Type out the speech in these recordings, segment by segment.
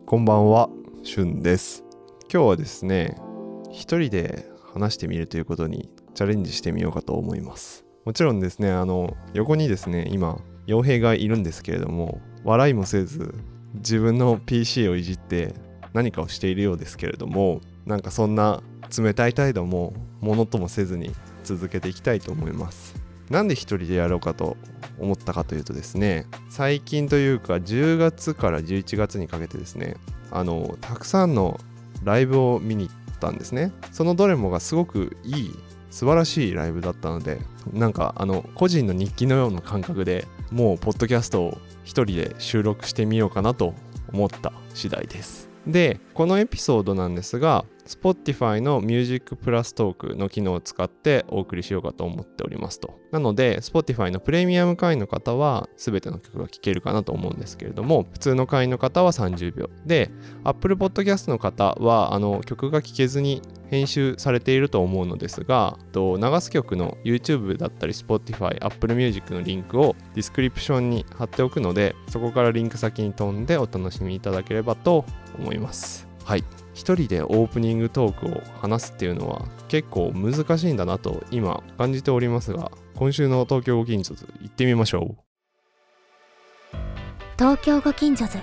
こんばんは、しゅんです。今日はですね、一人で話してみるということにチャレンジしてみようかと思います。もちろんですね、横にですね、今傭兵がいるんですけれども、笑いもせず自分の PC をいじって何かをしているようですけれども、なんかそんな冷たい態度もものともせずに続けていきたいと思います。なんで一人でやろうかと思ったかというとですね、最近というか10月から11月にかけてですね、たくさんのライブを見に行ったんですね。そのどれもがすごくいい素晴らしいライブだったので、なんか個人の日記のような感覚でもうポッドキャストを一人で収録してみようかなと思った次第です。で、このエピソードなんですが、Spotify の Music Plus Talk の機能を使ってお送りしようかと思っておりますと。なので Spotify のプレミアム会員の方は全ての曲が聴けるかなと思うんですけれども、普通の会員の方は30秒で、 Apple Podcast の方は曲が聴けずに編集されていると思うのですが、流す曲の YouTube だったり Spotify、Apple Music のリンクをディスクリプションに貼っておくので、そこからリンク先に飛んでお楽しみいただければと思います。はい、一人でオープニングトークを話すっていうのは結構難しいんだなと今感じておりますが、今週の東京ご近所図行ってみましょう。 東京ご近所図。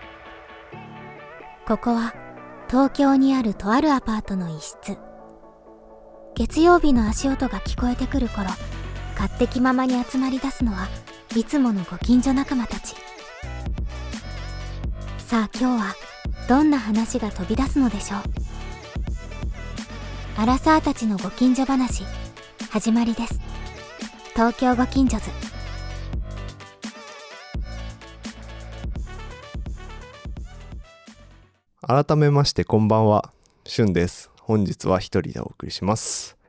ここは東京にあるとあるアパートの一室。月曜日の足音が聞こえてくる頃、勝手気ままに集まり出すのはいつものご近所仲間たち。さあ今日はどんな話が飛び出すのでしょう。アラサーたちのご近所話、始まりです。東京ご近所図。 改めましてこんばんは、しゅんです。本日は一人でお送りします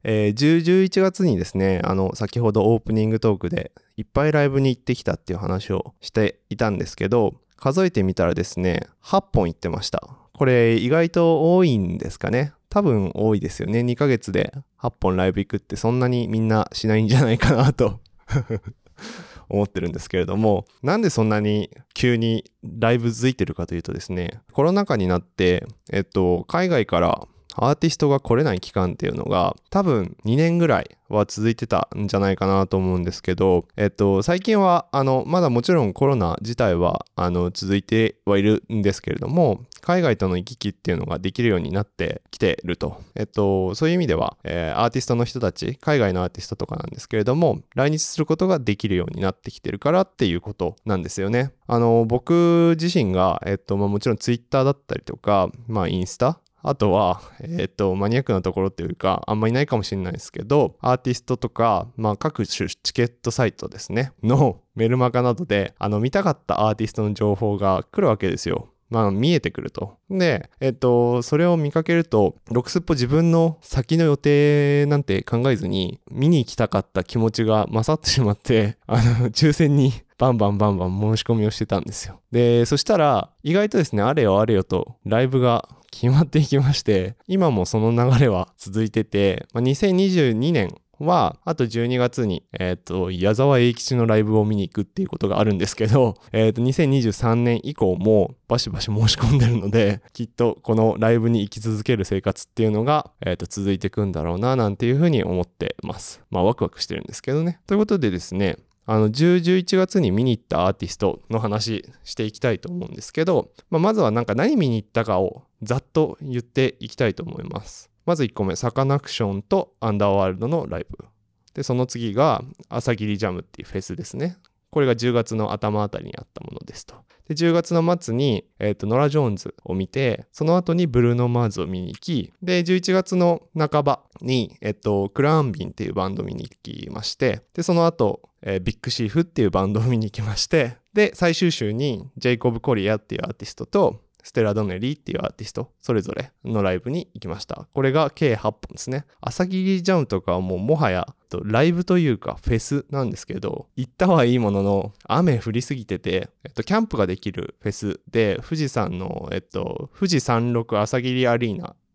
。11月にですね、先ほどオープニングトークでいっぱいライブに行ってきたっていう話をしていたんですけど、数えてみたらですね、8本行ってました。これ意外と多いんですかね。多分多いですよね。2ヶ月で8本ライブ行くってそんなにみんなしないんじゃないかなと思ってるんですけれども、なんでそんなに急にライブ付いてるかというとですね、コロナ禍になって海外からアーティストが来れない期間っていうのが多分2年ぐらいは続いてたんじゃないかなと思うんですけど、最近はまだもちろんコロナ自体は続いてはいるんですけれども、海外との行き来っていうのができるようになってきてると。そういう意味では、アーティストの人たち、海外のアーティストとかなんですけれども、来日することができるようになってきてるからっていうことなんですよね。僕自身が、もちろんツイッターだったりとか、インスタ、あとは、マニアックなところっていうか、あんまりないかもしれないですけど、アーティストとか、各種チケットサイトですね、のメルマガなどで、見たかったアーティストの情報が来るわけですよ。見えてくると。で、それを見かけると、ロクスっぽ自分の先の予定なんて考えずに、見に行きたかった気持ちが勝ってしまって、抽選にバンバン申し込みをしてたんですよ。で、そしたら、意外とですね、あれよあれよと、ライブが決まっていきまして、今もその流れは続いてて、2022年はあと12月に矢沢永吉のライブを見に行くっていうことがあるんですけど、2023年以降もバシバシ申し込んでるので、きっとこのライブに生き続ける生活っていうのが、続いていくんだろうななんていうふうに思ってます。ワクワクしてるんですけどね。ということでですね、10、11月に見に行ったアーティストの話していきたいと思うんですけど、まずは何見に行ったかをざっと言っていきたいと思います。まず1個目、サカナクションとアンダーワールドのライブで、その次が朝霧ジャムっていうフェスですね。これが10月の頭あたりにあったものですと。で、10月の末に、ノラ・ジョーンズを見て、その後にブルーノ・マーズを見に行き、で、11月の半ばに、クラーンビンっていうバンドを見に行きまして、で、その後、ビッグシーフっていうバンドを見に行きまして、で、最終週にジェイコブ・コリアっていうアーティストと、ステラ・ドネリーっていうアーティストそれぞれのライブに行きました。これが計8本ですね。朝霧ジャムとかはもはやライブというかフェスなんですけど、行ったはいいものの雨降りすぎてて、キャンプができるフェスで、富士山の富士山麓朝霧アリーナ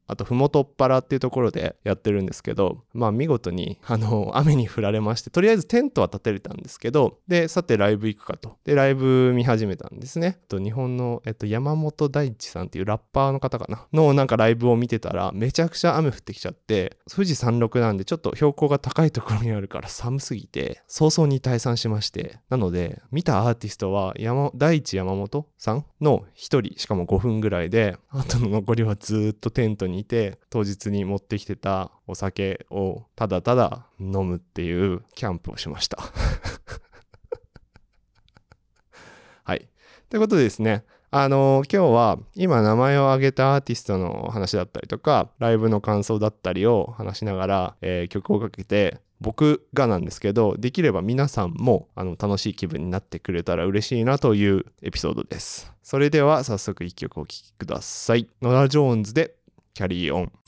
あとふもとっぱらっていうところでやってるんですけど、見事に雨に降られまして、とりあえずテントは立てれたんですけど、でさてライブ行くかと。でライブ見始めたんですね。日本の、山本大地さんっていうラッパーの方かなのなんかライブを見てたら、めちゃくちゃ雨降ってきちゃって、富士山麓なんでちょっと標高が高いところにあるから寒すぎて早々に退散しまして、なので見たアーティストは大地山本さんの1人、しかも5分ぐらいで、あとの残りはずっとテントにいて、当日に持ってきてたお酒をただただ飲むっていうキャンプをしましたはい、ということでですね、今日は今名前を挙げたアーティストの話だったりとか、ライブの感想だったりを話しながら、曲をかけて、僕がなんですけど、できれば皆さんも楽しい気分になってくれたら嬉しいなというエピソードです。それでは早速1曲お聴きください。ノラ・ジョーンズでキャリーオン。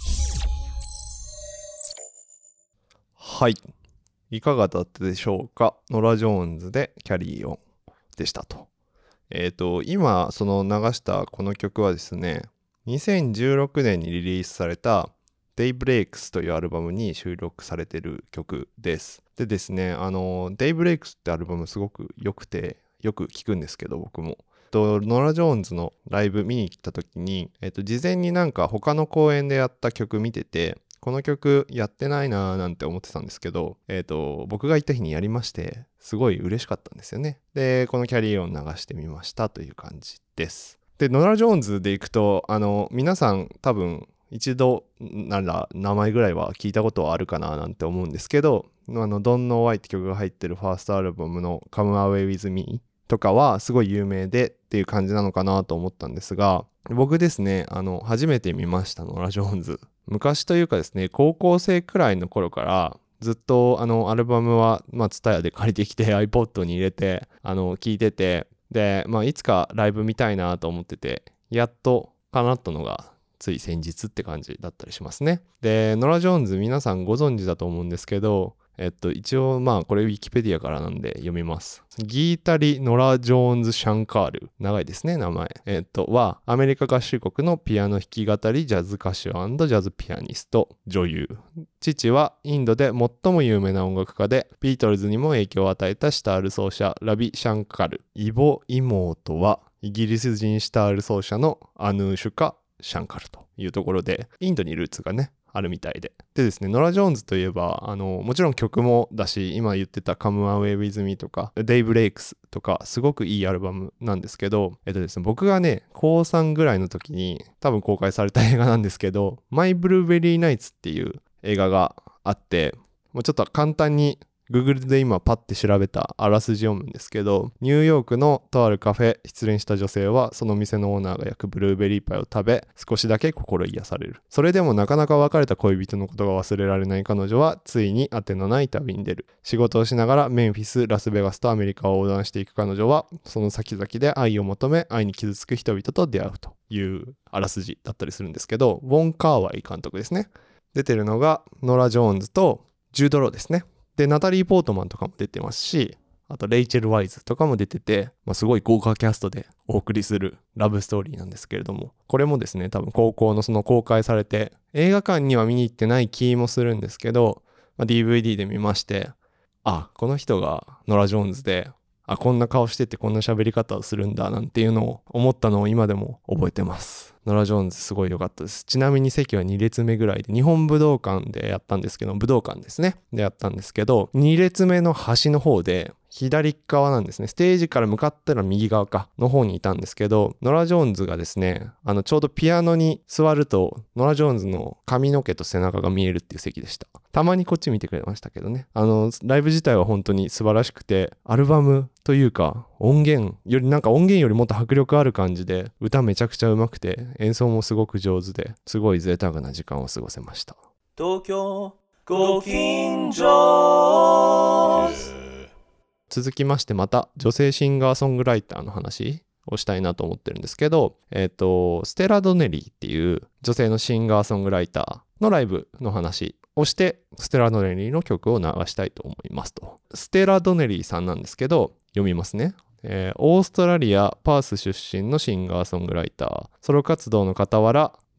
はい、いかがだったでしょうか。ノラ・ジョーンズでキャリーオンでしたと。今その流したこの曲はですね、2016年にリリースされた Daybreaks というアルバムに収録されている曲です。でですね、Daybreaks ってアルバムすごく良くて、よく聴くんですけど、僕も。ノラ・ジョーンズのライブ見に行った時に、事前になんか他の公演でやった曲見てて、この曲やってないなーなんて思ってたんですけど、僕が行った日にやりまして、すごい嬉しかったんですよね。で、このキャリーオン流してみましたという感じです。で、ノラ・ジョーンズで行くと、皆さん多分一度なら名前ぐらいは聞いたことはあるかななんて思うんですけど、Don't Know Why って曲が入ってるファーストアルバムの Come Away With Me とかはすごい有名でっていう感じなのかなと思ったんですが、僕ですね、初めて見ましたノラ・ジョーンズ。昔というかですね、高校生くらいの頃からずっとアルバムはTSUTAYAで借りてきて iPod に入れて聴いてて、でいつかライブ見たいなと思ってて、やっと叶ったのがつい先日って感じだったりしますね。で、ノラ・ジョーンズ皆さんご存知だと思うんですけど、一応これウィキペディアからなんで読みます。ギータリ・ノラ・ジョーンズ・シャンカール、長いですね名前、はアメリカ合衆国のピアノ弾き語りジャズ歌手&ジャズピアニスト、女優。父はインドで最も有名な音楽家で、ビートルズにも影響を与えたシタール奏者ラビ・シャンカル。異母妹はイギリス人シタール奏者のアヌーシュカ・シャンカルというところで、インドにルーツがねあるみたいで。でですね、ノラ・ジョーンズといえばもちろん曲もだし、今言ってた Come Away With Me とか Daybreaks とかすごくいいアルバムなんですけど、ですね、僕がね高3ぐらいの時に多分公開された映画なんですけど、My Blueberry Nights っていう映画があって、もうちょっと簡単にGoogle で今パッて調べたあらすじ読むんですけど、ニューヨークのとあるカフェ失恋した女性はその店のオーナーが焼くブルーベリーパイを食べ、少しだけ心癒される。それでもなかなか別れた恋人のことが忘れられない彼女はついに当てのない旅に出る。仕事をしながらメンフィス、ラスベガスとアメリカを横断していく彼女は、その先々で愛を求め、愛に傷つく人々と出会うというあらすじだったりするんですけど、ウォン・カーワイ監督ですね。出てるのがノラ・ジョーンズとジュード・ローですね。で、ナタリー・ポートマンとかも出てますし、あとレイチェル・ワイズとかも出てて、すごい豪華キャストでお送りするラブストーリーなんですけれども、これもですね、多分高校のその公開されて、映画館には見に行ってない気もするんですけど、DVD で見まして、あ、この人がノラ・ジョーンズで、あ、こんな顔しててこんな喋り方をするんだなんていうのを思ったのを今でも覚えてます。ノラ・ジョーンズすごい良かったです。ちなみに席は2列目ぐらいで、日本武道館でやったんですけど、武道館ですねでやったんですけど、2列目の端の方で左側なんですね。ステージから向かったら右側かの方にいたんですけど、ノラ・ジョーンズがですね、ちょうどピアノに座るとノラ・ジョーンズの髪の毛と背中が見えるっていう席でした。たまにこっち見てくれましたけどね。ライブ自体は本当に素晴らしくて、アルバムというか音源よりもっと迫力ある感じで、歌めちゃくちゃ上手くて演奏もすごく上手で、すごい贅沢な時間を過ごせました。 東京ご近所。 続きまして、また女性シンガーソングライターの話をしたいなと思ってるんですけど、ステラ・ドネリーっていう女性のシンガーソングライターのライブの話をして、ステラ・ドネリーの曲を流したいと思いますと。ステラ・ドネリーさんなんですけど、読みますね。オーストラリア・パース出身のシンガーソングライター、ソロ活動の傍ら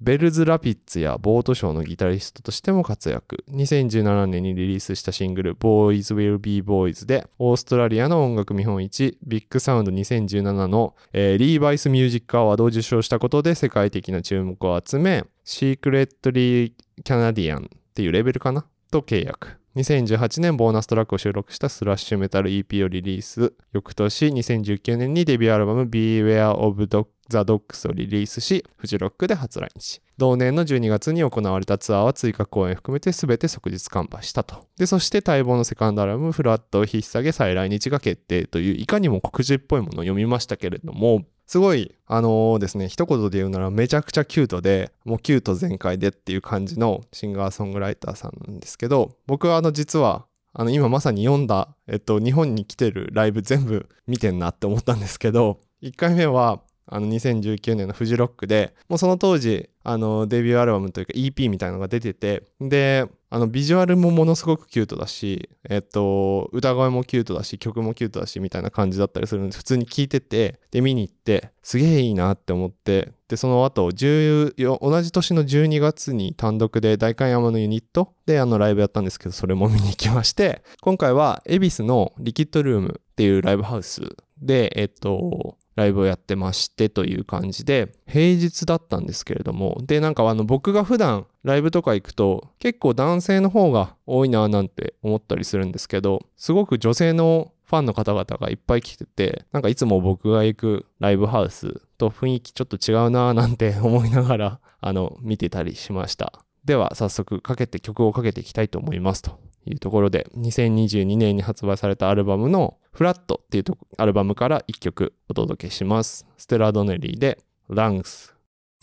ベルズ・ラピッツやボートショーのギタリストとしても活躍。2017年にリリースしたシングル Boys Will Be Boys でオーストラリアの音楽見本市ビッグサウンド2017の、リーバイスミュージックアワードを受賞したことで世界的な注目を集め、シークレットリー・キャナディアンっていうレベルかなと契約。2018年ボーナストラックを収録したスラッシュメタル EP をリリース。翌年2019年にデビューアルバム Beware of the Dogs をリリースし、フジロックで初来日。同年の12月に行われたツアーは追加公演含めて全て即日完売したと。で、そして待望のセカンドアルバムフラットを引っ提げ再来日が決定といういかにも告示っぽいものを読みましたけれども、すごいですね、一言で言うならめちゃくちゃキュートで、もうキュート全開でっていう感じのシンガーソングライターさんなんですけど、僕は実は今まさに読んだ、日本に来てるライブ全部見てんなって思ったんですけど、1回目は2019年のフジロックで、もうその当時デビューアルバムというか EP みたいなのが出てて、でビジュアルもものすごくキュートだし、歌声もキュートだし曲もキュートだしみたいな感じだったりするので、普通に聴いてて、で見に行ってすげえいいなって思って、でその後同じ年の12月に単独で代官山のユニットでライブやったんですけど、それも見に行きまして、今回は恵比寿のリキッドルームっていうライブハウスでライブをやってましてという感じで、平日だったんですけれども、でなんか僕が普段ライブとか行くと結構男性の方が多いななんて思ったりするんですけど、すごく女性のファンの方々がいっぱい来てて、なんかいつも僕が行くライブハウスと雰囲気ちょっと違うななんて思いながら見てたりしました。では早速曲をかけていきたいと思いますというところで、2022年に発売されたアルバムのフラットっていうアルバムから1曲お届けします。ステラ・ドネリーでラングス。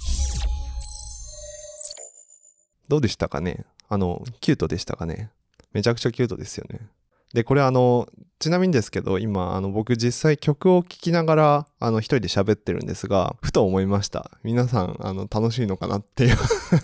どうでしたかね？キュートでしたかね？めちゃくちゃキュートですよね。でこれちなみにですけど、今僕実際曲を聴きながら一人で喋ってるんですが、ふと思いました。皆さん楽しいのかなっていう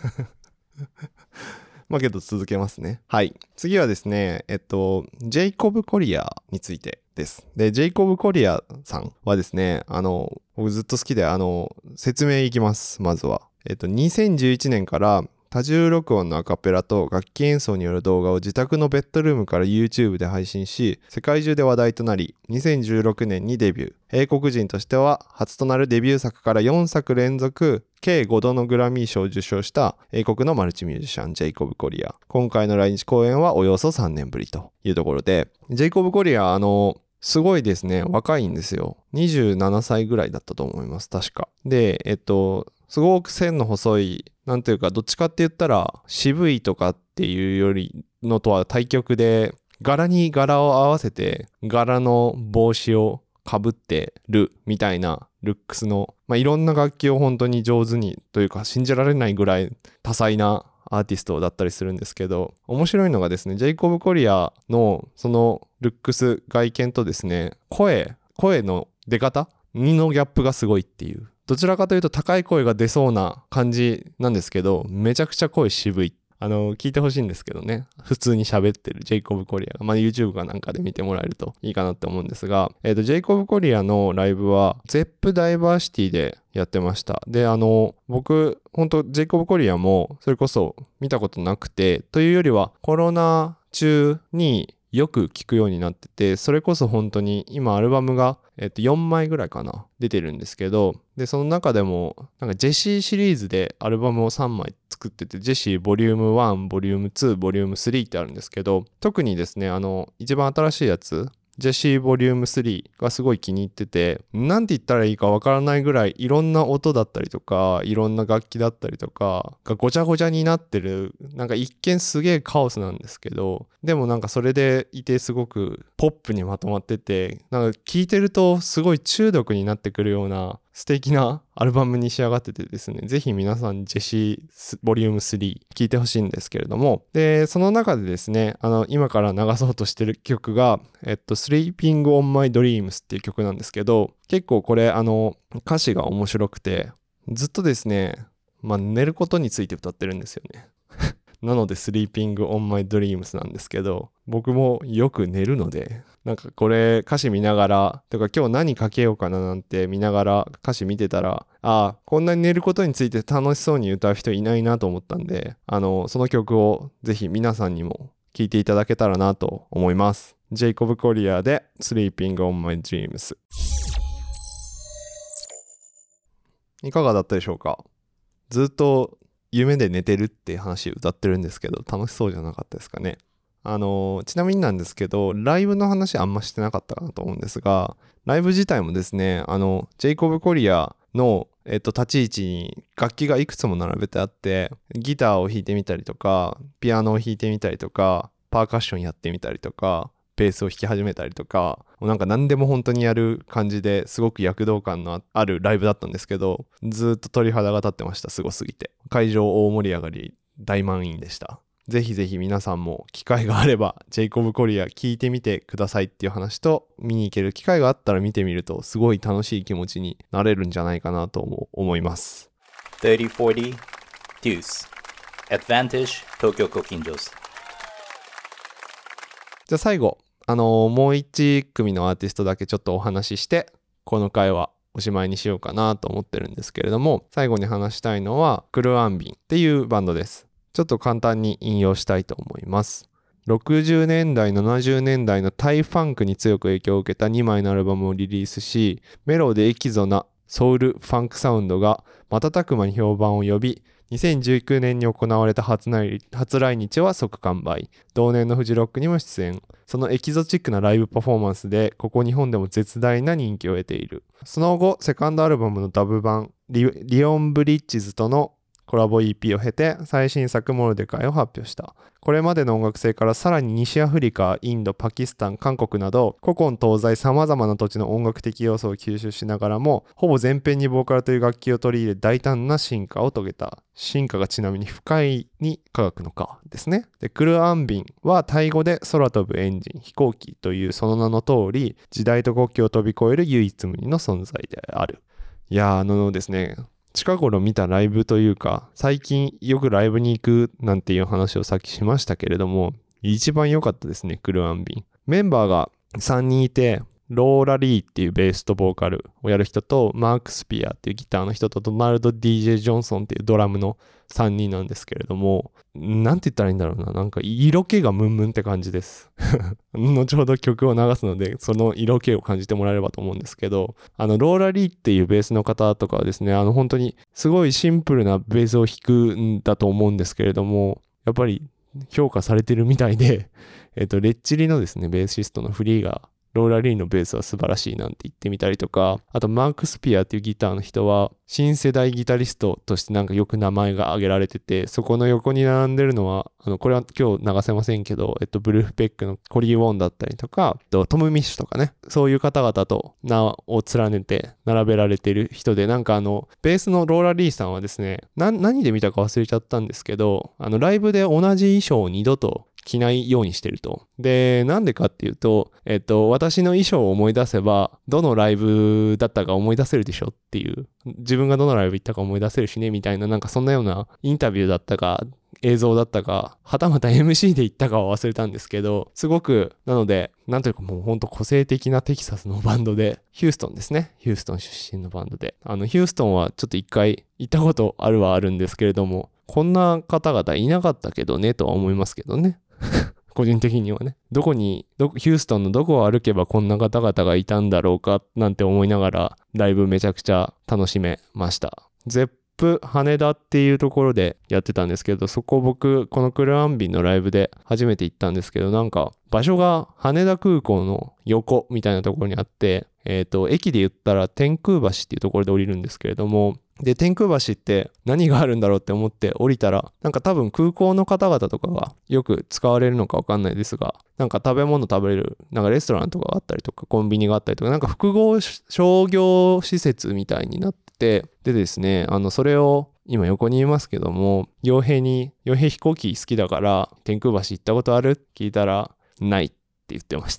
まあけど続けますね。はい。次はですね、ジェイコブ・コリアについてです。で、ジェイコブ・コリアさんはですね、僕ずっと好きで、説明いきます。まずは。2011年から多重録音のアカペラと楽器演奏による動画を自宅のベッドルームから YouTube で配信し、世界中で話題となり、2016年にデビュー。英国人としては初となるデビュー作から4作連続、計5度のグラミー賞を受賞した英国のマルチミュージシャン、ジェイコブ・コリア。今回の来日公演はおよそ3年ぶりというところで、ジェイコブ・コリア、すごいですね、若いんですよ。27歳ぐらいだったと思います、確か。で、すごく線の細い、なんていうか、どっちかって言ったら渋いとかっていうよりのとは対極で、柄に柄を合わせて柄の帽子をかぶってるみたいなルックスの、いろんな楽器を本当に上手にというか信じられないぐらい多彩なアーティストだったりするんですけど、面白いのがですね、ジェイコブ・コリアのそのルックス外見とですね、声の出方のギャップがすごいっていう、どちらかというと高い声が出そうな感じなんですけど、めちゃくちゃ声渋い。聞いてほしいんですけどね、普通に喋ってるジェイコブ・コリアが、YouTube かなんかで見てもらえるといいかなって思うんですが、ジェイコブ・コリアのライブはゼップダイバーシティでやってました。で、僕本当ジェイコブ・コリアもそれこそ見たことなくて、というよりはコロナ中によく聞くようになってて、それこそ本当に今アルバムが4枚ぐらいかな出てるんですけど、でその中でもなんかジェシーシリーズでアルバムを3枚作ってて、ジェシーボリューム1、ボリューム2、ボリューム3ってあるんですけど、特にですね一番新しいやつジェシーボリューム3がすごい気に入ってて、なんて言ったらいいかわからないぐらいいろんな音だったりとかいろんな楽器だったりとかがごちゃごちゃになってる、なんか一見すげえカオスなんですけど、でもなんかそれでいてすごくポップにまとまってて、なんか聴いてるとすごい中毒になってくるような素敵なアルバムに仕上がっててですね、ぜひ皆さんジェシーボリューム3聴いてほしいんですけれども、でその中でですね今から流そうとしてる曲がSleeping on My Dreams っていう曲なんですけど、結構これ歌詞が面白くて、ずっとですね寝ることについて歌ってるんですよねなので Sleeping on My Dreams なんですけど、僕もよく寝るので、なんかこれ歌詞見ながらとか今日何かけようかななんて見ながら歌詞見てたら、こんなに寝ることについて楽しそうに歌う人いないなと思ったんで、その曲をぜひ皆さんにも聴いていただけたらなと思います。ジェイコブ・コリアで Sleeping on My Dreams。 いかがだったでしょうか。ずっと夢で寝てるっていう話歌ってるんですけど、楽しそうじゃなかったですかね。ちなみになんですけど、ライブの話あんましてなかったかなと思うんですが、ライブ自体もですね、ジェイコブ・コリアの、立ち位置に楽器がいくつも並べてあって、ギターを弾いてみたりとか、ピアノを弾いてみたりとか、パーカッションやってみたりとか、ベースを弾き始めたりとか、なんか何でも本当にやる感じですごく躍動感のあるライブだったんですけど、ずっと鳥肌が立ってました。すごすぎて。会場大盛り上がり、大満員でした。ぜひぜひ皆さんも機会があればジェイコブ・コリア聞いてみてくださいっていう話と、見に行ける機会があったら見てみるとすごい楽しい気持ちになれるんじゃないかなと思います。 3040 Deuce Advantage 東京ご近所。 じゃあ最後もう一組のアーティストだけちょっとお話ししてこの回はおしまいにしようかなと思ってるんですけれども、最後に話したいのはクルアンビンっていうバンドです。ちょっと簡単に引用したいと思います。60年代70年代のタイファンクに強く影響を受けた2枚のアルバムをリリースし、メロでエキゾなソウルファンクサウンドが瞬く間に評判を呼び、2019年に行われた初来日は即完売。同年のフジロックにも出演。そのエキゾチックなライブパフォーマンスでここ日本でも絶大な人気を得ている。その後セカンドアルバムのダブ版リオンブリッジズとのコラボ EP を経て最新作モルデカイを発表した。これまでの音楽性からさらに西アフリカ、インド、パキスタン、韓国など古今東西様々な土地の音楽的要素を吸収しながらも、ほぼ全編にボーカルという楽器を取り入れ大胆な進化を遂げた。進化がちなみに深いに科学の科ですね。で、クルアンビンはタイ語で空飛ぶエンジン、飛行機というその名の通り、時代と国境を飛び越える唯一無二の存在である。いやですね、近頃見たライブというか、最近よくライブに行くなんていう話をさっきしましたけれども、一番良かったですね、クルアンビン。メンバーが3人いて、ローラ・リーっていうベースとボーカルをやる人と、マーク・スピアっていうギターの人と、ドナルド・ DJ ジョンソンっていうドラムの3人なんですけれども、なんて言ったらいいんだろうな、なんか色気がムンムンって感じです。後ほど曲を流すので、その色気を感じてもらえればと思うんですけど、ローラ・リーっていうベースの方とかはですね、本当にすごいシンプルなベースを弾くんだと思うんですけれども、やっぱり評価されてるみたいで、レッチリのですね、ベーシストのフリーが、ローラ・リーのベースは素晴らしいなんて言ってみたりとか、あとマーク・スピアっていうギターの人は新世代ギタリストとしてなんかよく名前が挙げられてて、そこの横に並んでるのはこれは今日流せませんけど、ブルーフペックのコリー・ウォンだったりとか、トム・ミッシュとかね、そういう方々と名を連ねて並べられている人で、なんかベースのローラ・リーさんはですね、何で見たか忘れちゃったんですけど、ライブで同じ衣装を二度と着ないようにしてると。で、なんでかっていうと、私の衣装を思い出せば、どのライブだったか思い出せるでしょっていう、自分がどのライブ行ったか思い出せるしね、みたいな、なんかそんなようなインタビューだったか、映像だったか、はたまた MC で言ったかは忘れたんですけど、すごく、なので、なんというかもうほんと個性的なテキサスのバンドで、ヒューストンですね。ヒューストン出身のバンドで。ヒューストンはちょっと一回行ったことあるんですけれども、こんな方々いなかったけどね、とは思いますけどね。個人的にはね、ヒューストンのどこを歩けばこんな方々がいたんだろうかなんて思いながらライブめちゃくちゃ楽しめました。ゼップ羽田っていうところでやってたんですけど、そこ僕このクルアンビンのライブで初めて行ったんですけど、なんか場所が羽田空港の横みたいなところにあって、駅で言ったら天空橋っていうところで降りるんですけれども、で、天空橋って何があるんだろうって思って降りたら、なんか多分空港の方々とかがよく使われるのかわかんないですが、なんか食べ物食べれる、なんかレストランとかがあったりとか、コンビニがあったりとか、なんか複合商業施設みたいになってて、でですね、それを今横にいますけども、傭兵飛行機好きだから天空橋行ったことある？聞いたら、ないって言ってました。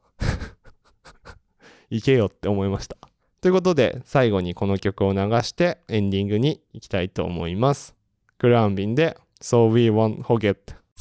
行けよって思いました。ということで、最後にこの曲を流してエンディングに行きたいと思います。クルアンビンで So we won't forget。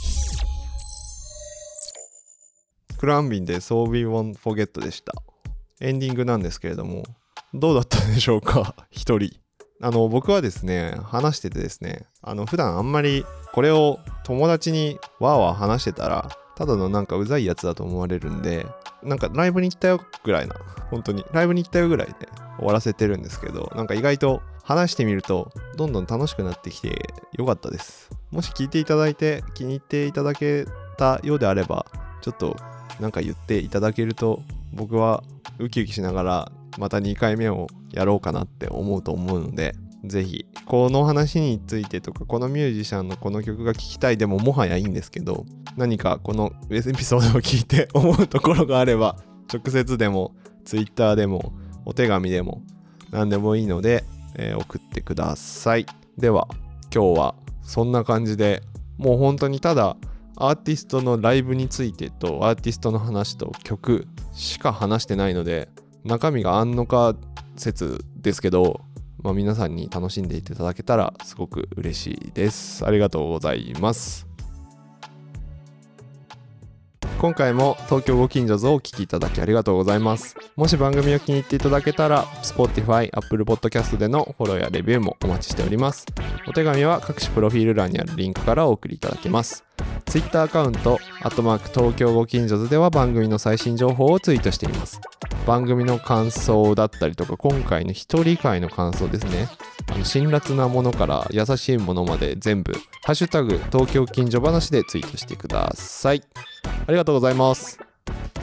クランビンで So we won't forget でした。エンディングなんですけれども、どうだったでしょうか一人。僕はですね、話しててですね、普段あんまりこれを友達にわーわー話してたらただのなんかうざいやつだと思われるんで、なんかライブに行ったよぐらいな、本当にライブに行ったよぐらいで終わらせてるんですけど、なんか意外と話してみるとどんどん楽しくなってきてよかったです。もし聞いていただいて気に入っていただけたようであれば、ちょっとなんか言っていただけると僕はウキウキしながらまた2回目をやろうかなって思うと思うので、ぜひこの話についてとかこのミュージシャンのこの曲が聴きたいでももはやいいんですけど、何かこのエピソードを聞いて思うところがあれば直接でも Twitter でもお手紙でも何でもいいので、送ってください。では今日はそんな感じで、もう本当にただアーティストのライブについてとアーティストの話と曲しか話してないので、中身があんのか説ですけど、皆さんに楽しんでいただけたらすごく嬉しいです。ありがとうございます。今回も東京ご近所図をお聞きいただきありがとうございます。もし番組を気に入っていただけたら Spotify、Apple Podcast でのフォローやレビューもお待ちしております。お手紙は各種プロフィール欄にあるリンクからお送りいただけます。Twitter アカウント@東京ご近所図では番組の最新情報をツイートしています。番組の感想だったりとか、今回の一人会の感想ですね、辛辣なものから優しいものまで全部ハッシュタグ東京近所話でツイートしてください。ありがとうございます。